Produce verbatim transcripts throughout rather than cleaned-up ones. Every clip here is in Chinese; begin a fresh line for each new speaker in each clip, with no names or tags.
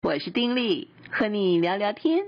我是丁莉，和你聊聊天。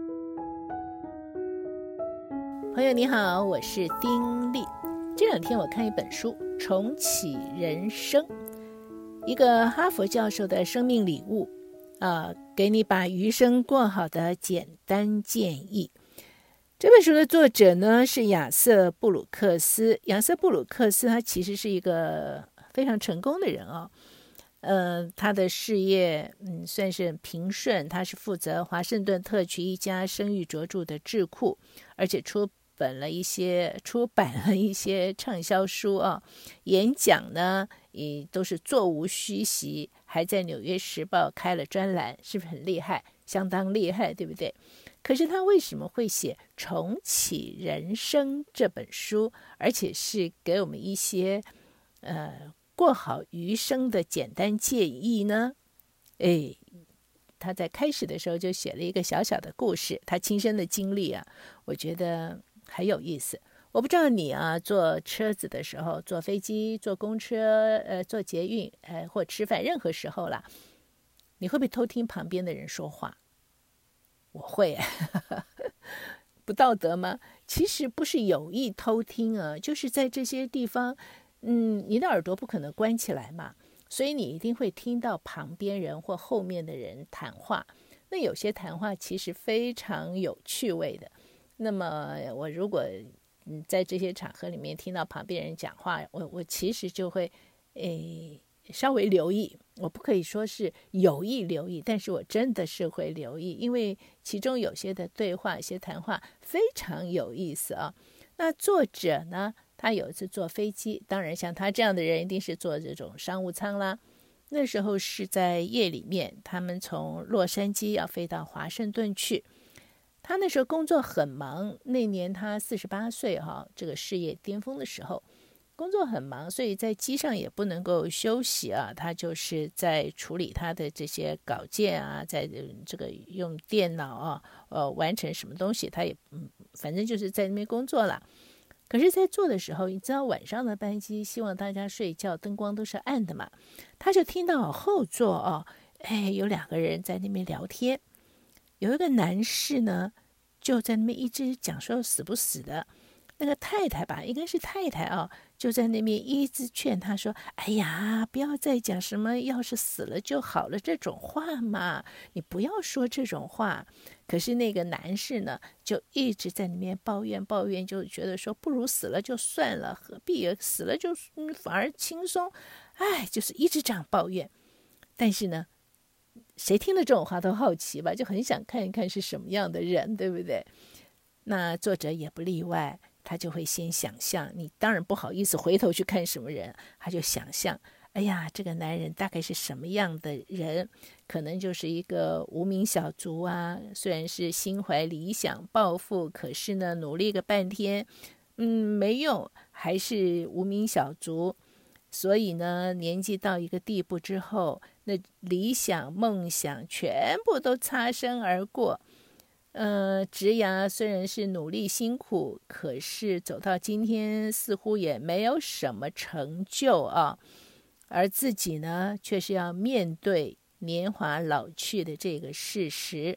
朋友你好，我是丁莉。这两天我看一本书《重启人生》，一个哈佛教授的生命礼物啊、呃，给你把余生过好的简单建议。这本书的作者呢是亚瑟布鲁克斯。亚瑟布鲁克斯他其实是一个非常成功的人哦。呃，他的事业嗯算是很平顺，他是负责华盛顿特区一家声誉卓著的智库，而且出本了一些出版了一些畅销书啊，演讲呢也都是座无虚席，还在纽约时报开了专栏，是不是很厉害？相当厉害，对不对？可是他为什么会写《重启人生》这本书，而且是给我们一些呃过好余生的简单建议呢？诶，他在开始的时候就写了一个小小的故事，他亲身的经历啊，我觉得很有意思。我不知道你啊，坐车子的时候，坐飞机、坐公车、呃，坐捷运，呃，或吃饭，任何时候啦，你会不会偷听旁边的人说话？我会，不道德吗？其实不是有意偷听啊，就是在这些地方。嗯，你的耳朵不可能关起来嘛，所以你一定会听到旁边人或后面的人谈话。那有些谈话其实非常有趣味的。那么我如果嗯在这些场合里面听到旁边人讲话，我我其实就会诶稍微留意。我不可以说是有意留意，但是我真的是会留意，因为其中有些的对话、一些谈话非常有意思啊。那作者呢？他有一次坐飞机，当然像他这样的人一定是坐这种商务舱啦。那时候是在夜里面，他们从洛杉矶要飞到华盛顿去。他那时候工作很忙，那年他四十八岁哈，这个事业巅峰的时候，工作很忙，所以在机上也不能够休息啊。他就是在处理他的这些稿件啊，在这个用电脑啊，呃，完成什么东西，他也嗯，反正就是在那边工作了。可是在做的时候，你知道晚上的班机希望大家睡觉，灯光都是暗的嘛，他就听到后座哦，哎，有两个人在那边聊天。有一个男士呢就在那边一直讲说死不死的，那个太太吧，应该是太太啊、哦，就在那边一直劝他说，哎呀，不要再讲什么要是死了就好了这种话嘛，你不要说这种话。可是那个男士呢就一直在那边抱怨抱怨，就觉得说不如死了就算了，何必死了就、嗯、反而轻松，哎，就是一直这样抱怨。但是呢谁听了这种话都好奇吧，就很想看一看是什么样的人，对不对？那作者也不例外，他就会先想象，你当然不好意思回头去看什么人，他就想象，哎呀，这个男人大概是什么样的人？可能就是一个无名小卒啊，虽然是心怀理想抱负，可是呢努力个半天嗯没用，还是无名小卒。所以呢年纪到一个地步之后，那理想梦想全部都擦身而过。呃，职涯虽然是努力辛苦，可是走到今天似乎也没有什么成就啊。而自己呢却是要面对年华老去的这个事实，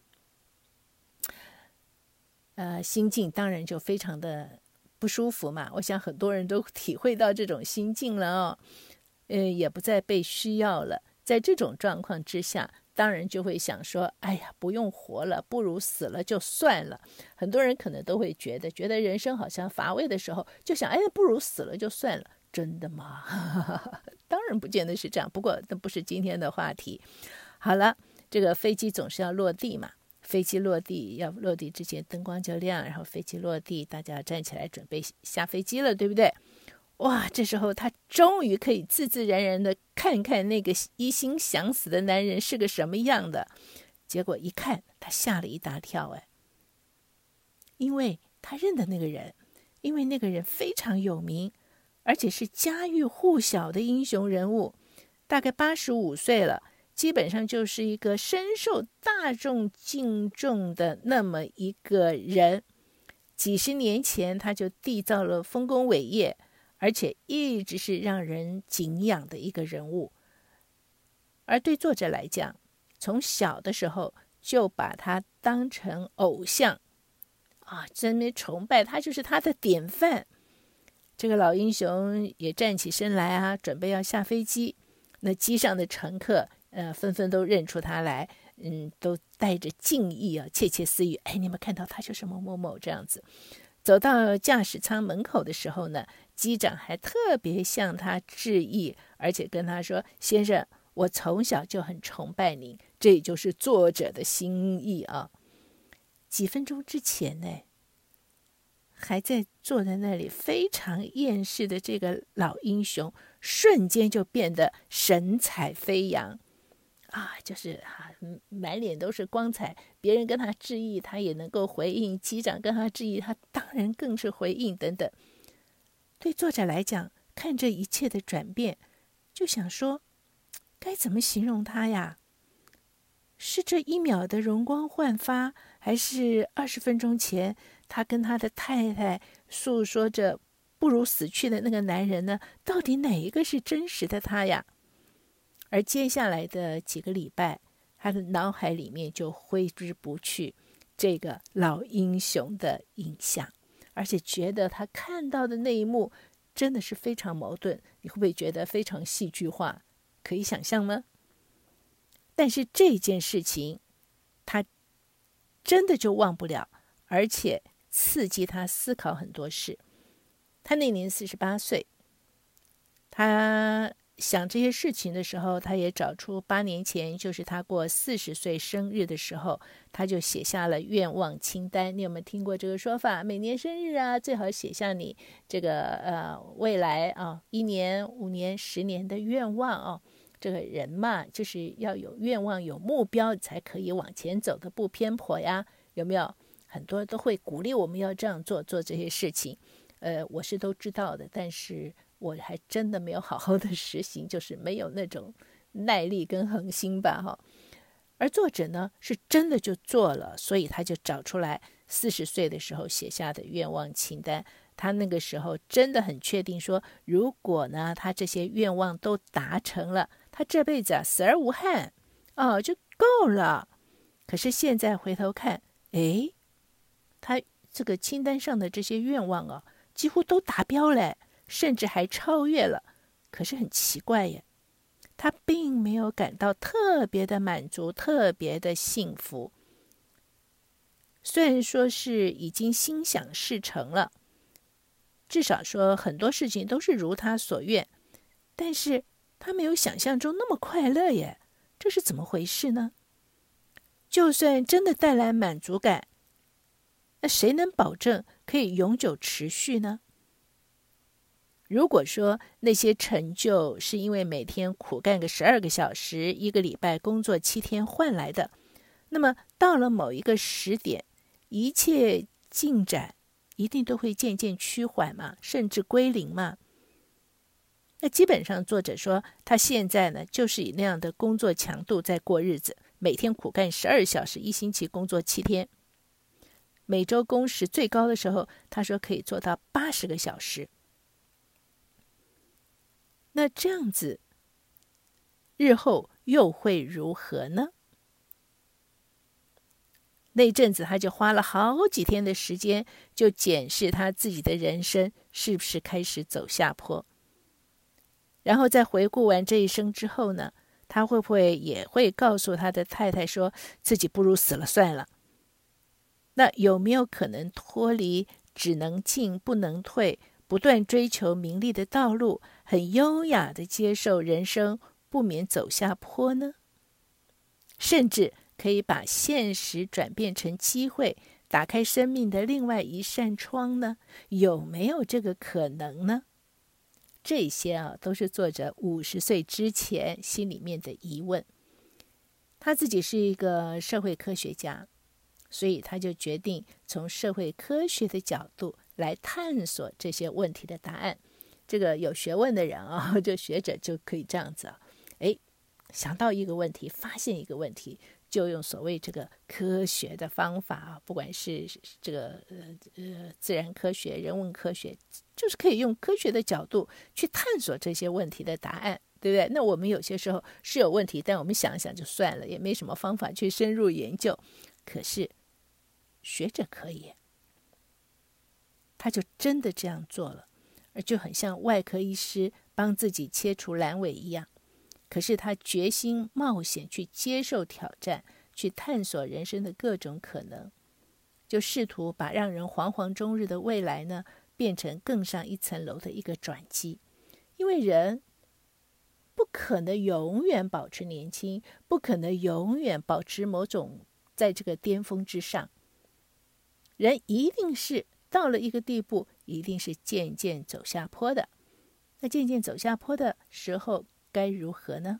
呃，心境当然就非常的不舒服嘛。我想很多人都体会到这种心境了哦，呃，也不再被需要了。在这种状况之下，当然就会想说，哎呀，不用活了，不如死了就算了。很多人可能都会觉得，觉得人生好像乏味的时候，就想，哎，不如死了就算了。真的吗？当然不见得是这样，不过那不是今天的话题。好了，这个飞机总是要落地嘛，飞机落地要落地之前灯光就亮，然后飞机落地，大家站起来准备下飞机了，对不对？哇，这时候他终于可以自自然然的看看那个一心想死的男人是个什么样的。结果一看，他吓了一大跳，哎，因为他认得那个人，因为那个人非常有名，而且是家喻户晓的英雄人物，大概八十五岁了，基本上就是一个深受大众敬重的那么一个人。几十年前他就缔造了丰功伟业，而且一直是让人敬仰的一个人物。而对作者来讲， 从小的时候就把他当成偶像啊，真的崇拜他，就是他的典范。这个老英雄也站起身来啊，准备要下飞机。那机上的乘客呃，纷纷都认出他来，嗯，都带着敬意啊，窃窃私语，哎，你们看到他就是某某某这样子。走到驾驶舱门口的时候呢，机长还特别向他致意，而且跟他说：“先生，我从小就很崇拜您，这也就是作者的心意啊。”几分钟之前呢，还在坐在那里非常厌世的这个老英雄，瞬间就变得神采飞扬啊，就是啊，满脸都是光彩。别人跟他致意，他也能够回应；机长跟他致意，他当然更是回应等等。对作者来讲，看这一切的转变，就想说，该怎么形容他呀？是这一秒的容光焕发，还是二十分钟前他跟他的太太诉说着不如死去的那个男人呢？到底哪一个是真实的他呀？而接下来的几个礼拜，他的脑海里面就挥之不去这个老英雄的影像，而且觉得他看到的那一幕真的是非常矛盾。你会不会觉得非常戏剧化？可以想象吗？但是这件事情他真的就忘不了，而且刺激他思考很多事。他那年四十八岁，他想这些事情的时候，他也找出八年前，就是他过四十岁生日的时候，他就写下了愿望清单。你有没有听过这个说法？每年生日啊，最好写下你这个呃未来啊一年、五年、十年的愿望啊。这个人嘛，就是要有愿望、有目标，才可以往前走的不偏颇呀。有没有？很多都会鼓励我们要这样做，做这些事情。呃，我是都知道的，但是我还真的没有好好的实行，就是没有那种耐力跟恒心吧，哈。而作者呢，是真的就做了，所以他就找出来四十岁的时候写下的愿望清单。他那个时候真的很确定说，如果呢他这些愿望都达成了，他这辈子啊死而无憾哦，就够了。可是现在回头看，诶，他这个清单上的这些愿望啊，几乎都达标了，甚至还超越了。可是很奇怪耶，他并没有感到特别的满足，特别的幸福。虽然说是已经心想事成了，至少说很多事情都是如他所愿，但是他没有想象中那么快乐耶，这是怎么回事呢？就算真的带来满足感，那谁能保证可以永久持续呢？如果说那些成就是因为每天苦干个十二个小时，一个礼拜工作七天换来的，那么到了某一个时点，一切进展一定都会渐渐趋缓嘛，甚至归零嘛。那基本上作者说，他现在呢就是以那样的工作强度在过日子，每天苦干十二小时，一星期工作七天，每周工时最高的时候，他说可以做到八十个小时。那这样子，日后又会如何呢？那阵子他就花了好几天的时间，就检视他自己的人生是不是开始走下坡。然后在回顾完这一生之后呢，他会不会也会告诉他的太太说，自己不如死了算了？那有没有可能脱离只能进不能退，不断追求名利的道路，很优雅的接受人生不免走下坡呢？甚至可以把现实转变成机会，打开生命的另外一扇窗呢？有没有这个可能呢？这些啊，都是作者五十岁之前心里面的疑问。他自己是一个社会科学家，所以他就决定从社会科学的角度来探索这些问题的答案。这个有学问的人啊，就学者就可以这样子啊，诶，想到一个问题，发现一个问题，就用所谓这个科学的方法啊，不管是这个呃呃自然科学、人文科学，就是可以用科学的角度去探索这些问题的答案。 对不对？那我们有些时候是有问题，但我们想想就算了，也没什么方法去深入研究。可是学者可以，他就真的这样做了，而就很像外科医师帮自己切除阑尾一样。可是他决心冒险去接受挑战，去探索人生的各种可能，就试图把让人惶惶终日的未来呢，变成更上一层楼的一个转机。因为人不可能永远保持年轻，不可能永远保持某种在这个巅峰之上，人一定是到了一个地步，一定是渐渐走下坡的。那渐渐走下坡的时候该如何呢？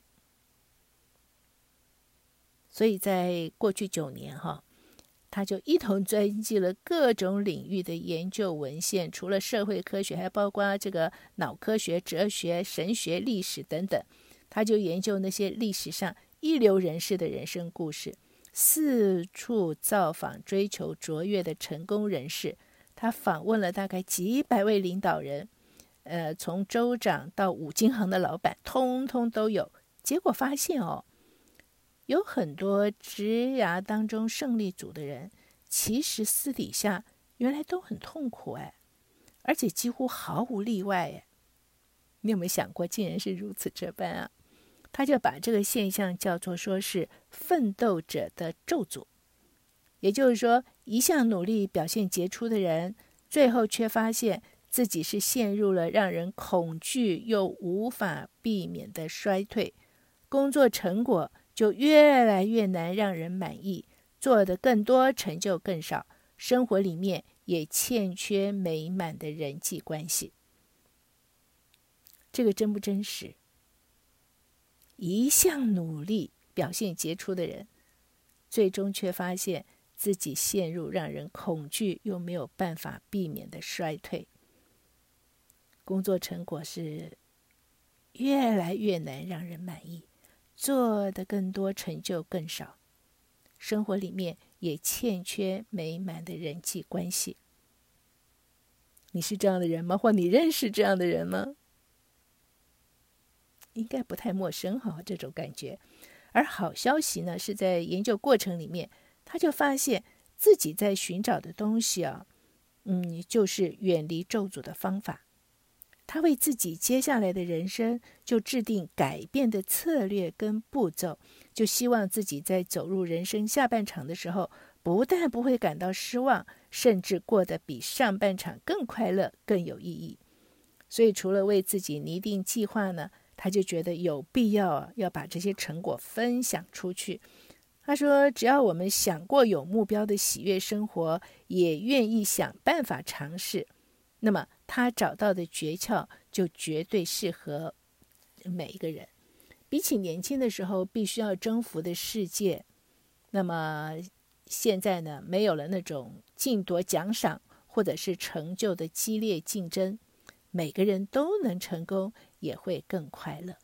所以在过去九年哈，他就一同钻进了各种领域的研究文献，除了社会科学，还包括这个脑科学、哲学、神学、历史等等。他就研究那些历史上一流人士的人生故事，四处造访追求卓越的成功人士。他访问了大概几百位领导人，呃，从州长到五金行的老板，通通都有。结果发现哦，有很多职涯当中胜利组的人，其实私底下原来都很痛苦哎，而且几乎毫无例外哎。你有没有想过，竟然是如此这般啊？他就把这个现象叫做说是奋斗者的咒诅。也就是说，一向努力表现杰出的人，最后却发现自己是陷入了让人恐惧又无法避免的衰退，工作成果就越来越难让人满意，做的更多，成就更少，生活里面也欠缺美满的人际关系。这个真不真实？一向努力表现杰出的人，最终却发现自己陷入让人恐惧又没有办法避免的衰退，工作成果是越来越难让人满意，做的更多，成就更少，生活里面也欠缺美满的人际关系。你是这样的人吗？或你认识这样的人吗？应该不太陌生哈，这种感觉。而好消息呢，是在研究过程里面，他就发现自己在寻找的东西啊，嗯，就是远离咒诅的方法。他为自己接下来的人生就制定改变的策略跟步骤，就希望自己在走入人生下半场的时候，不但不会感到失望，甚至过得比上半场更快乐、更有意义。所以除了为自己拟定计划呢，他就觉得有必要要把这些成果分享出去。他说，只要我们想过有目标的喜悦生活，也愿意想办法尝试，那么他找到的诀窍就绝对适合每一个人。比起年轻的时候必须要征服的世界，那么现在呢，没有了那种竞夺奖赏或者是成就的激烈竞争，每个人都能成功，也会更快乐。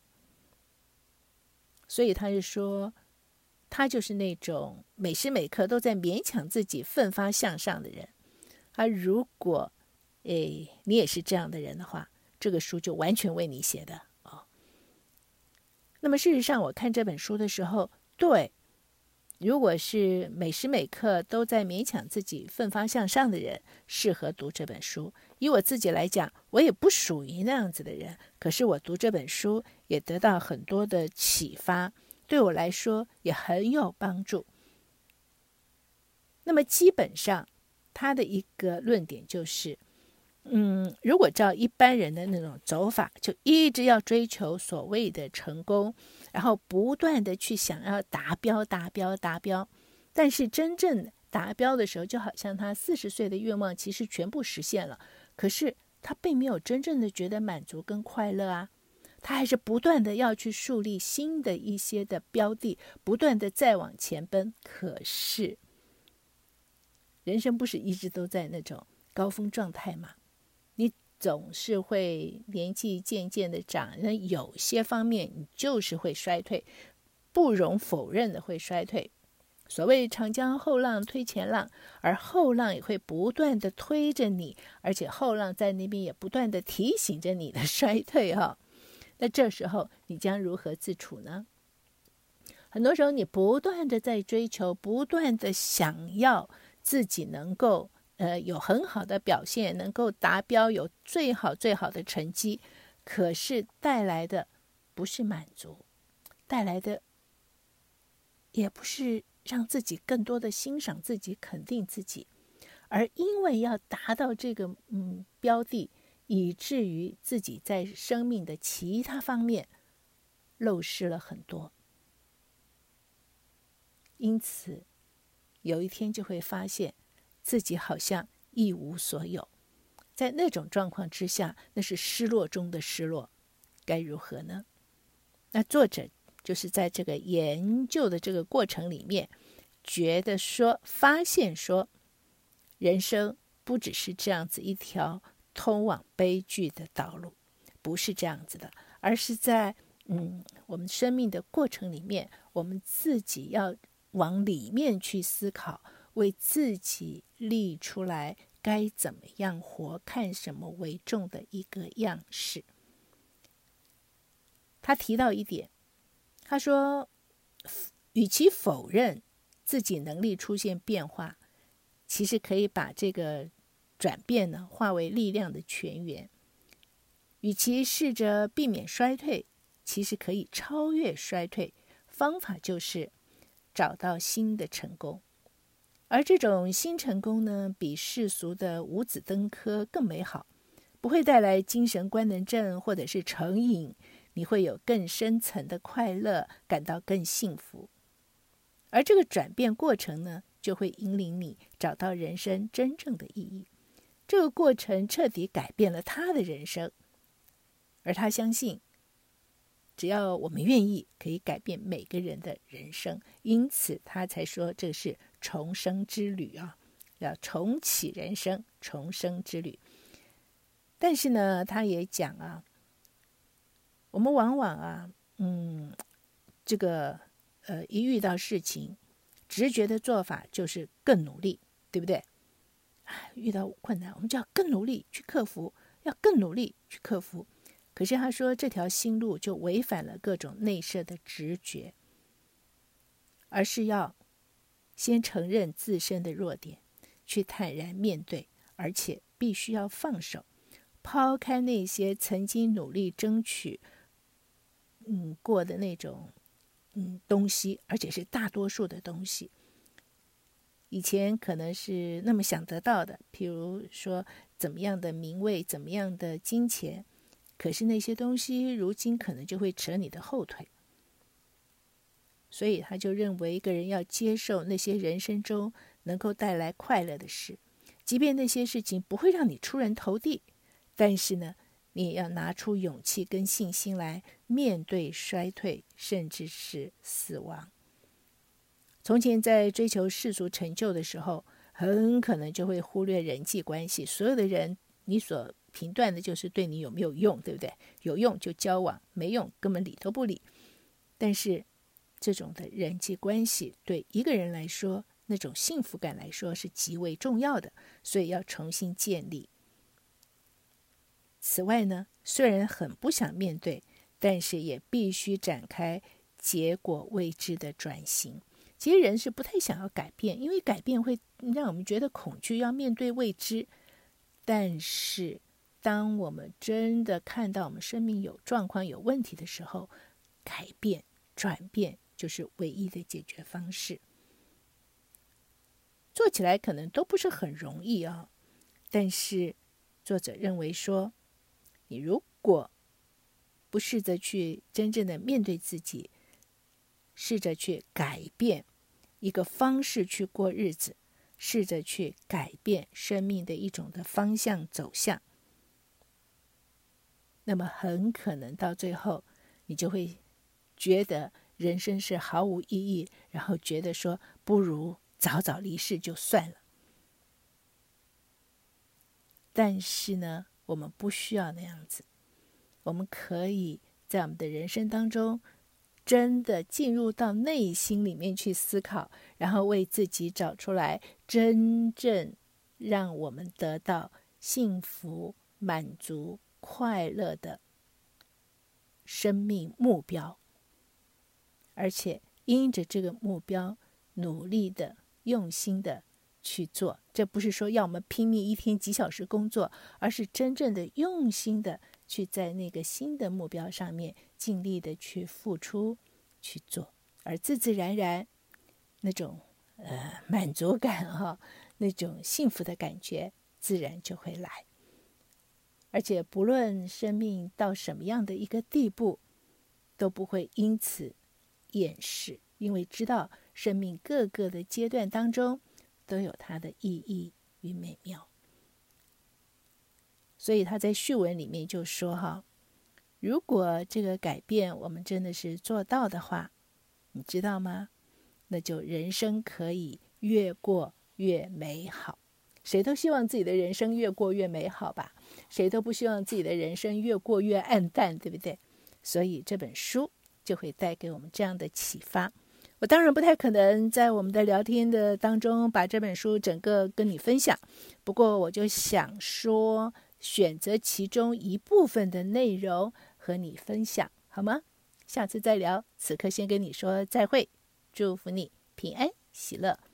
所以他就说，他就是那种每时每刻都在勉强自己奋发向上的人。而如果诶你也是这样的人的话，这个书就完全为你写的哦。那么事实上，我看这本书的时候，对，如果是每时每刻都在勉强自己奋发向上的人，适合读这本书。以我自己来讲，我也不属于那样子的人，可是我读这本书也得到很多的启发，对我来说也很有帮助。那么基本上他的一个论点就是，嗯，如果照一般人的那种走法，就一直要追求所谓的成功，然后不断的去想要达标达标达标，但是真正达标的时候，就好像他四十岁的愿望其实全部实现了，可是他并没有真正的觉得满足跟快乐啊，他还是不断的要去树立新的一些的标的，不断的再往前奔。可是人生不是一直都在那种高峰状态吗？你总是会年纪渐渐的长，那有些方面你就是会衰退，不容否认的会衰退。所谓长江后浪推前浪，而后浪也会不断的推着你，而且后浪在那边也不断的提醒着你的衰退哈、哦。 那这时候你将如何自处呢？很多时候你不断的在追求，不断的想要自己能够呃有很好的表现，能够达标，有最好最好的成绩，可是带来的不是满足，带来的也不是让自己更多的欣赏自己，肯定自己，而因为要达到这个嗯标的，以至于自己在生命的其他方面漏失了很多。因此有一天就会发现自己好像一无所有，在那种状况之下，那是失落中的失落，该如何呢？那作者就是在这个研究的这个过程里面，觉得说发现说人生不只是这样子一条通往悲剧的道路，不是这样子的，而是在嗯我们生命的过程里面，我们自己要往里面去思考，为自己立出来该怎么样活，看什么为重的一个样式。他提到一点，他说与其否认自己能力出现变化，其实可以把这个转变呢化为力量的泉源。与其试着避免衰退，其实可以超越衰退，方法就是找到新的成功。而这种新成功呢，比世俗的五子登科更美好，不会带来精神官能症或者是成瘾，你会有更深层的快乐，感到更幸福。而这个转变过程呢，就会引领你找到人生真正的意义。这个过程彻底改变了他的人生，而他相信只要我们愿意，可以改变每个人的人生。因此他才说这是重生之旅啊，要重启人生，重生之旅。但是呢，他也讲啊，我们往往啊，嗯，这个呃，一遇到事情，直觉的做法就是更努力，对不对？遇到困难，我们就要更努力去克服，要更努力去克服。可是他说这条心路就违反了各种内设的直觉，而是要先承认自身的弱点，去坦然面对，而且必须要放手，抛开那些曾经努力争取嗯过的那种嗯东西，而且是大多数的东西。以前可能是那么想得到的，譬如说怎么样的名位，怎么样的金钱，可是那些东西如今可能就会扯你的后腿。所以他就认为一个人要接受那些人生中能够带来快乐的事，即便那些事情不会让你出人头地，但是呢，你也要拿出勇气跟信心来面对衰退，甚至是死亡。从前在追求世俗成就的时候，很可能就会忽略人际关系。所有的人，你所评断的就是对你有没有用，对不对？有用就交往，没用根本理都不理。但是这种的人际关系对一个人来说，那种幸福感来说是极为重要的，所以要重新建立。此外呢，虽然很不想面对，但是也必须展开结果未知的转型。其实人是不太想要改变，因为改变会让我们觉得恐惧，要面对未知。但是当我们真的看到我们生命有状况、有问题的时候，改变、转变就是唯一的解决方式。做起来可能都不是很容易啊，但是作者认为说，你如果不试着去真正的面对自己，试着去改变一个方式去过日子，试着去改变生命的一种的方向走向，那么很可能到最后你就会觉得人生是毫无意义，然后觉得说不如早早离世就算了。但是呢，我们不需要那样子，我们可以在我们的人生当中真的进入到内心里面去思考，然后为自己找出来真正让我们得到幸福、满足、快乐的生命目标，而且因着这个目标努力的用心的去做。这不是说要我们拼命一天几小时工作，而是真正的用心的去在那个新的目标上面尽力的去付出去做，而自自然然那种呃满足感哈、哦，那种幸福的感觉自然就会来。而且不论生命到什么样的一个地步，都不会因此厌世，因为知道生命各个的阶段当中都有它的意义与美妙。所以他在序文里面就说哈，如果这个改变我们真的是做到的话，你知道吗？那就人生可以越过越美好。谁都希望自己的人生越过越美好吧，谁都不希望自己的人生越过越暗淡，对不对？所以这本书就会带给我们这样的启发。我当然不太可能在我们的聊天的当中把这本书整个跟你分享，不过我就想说选择其中一部分的内容和你分享，好吗？下次再聊，此刻先跟你说再会，祝福你平安喜乐。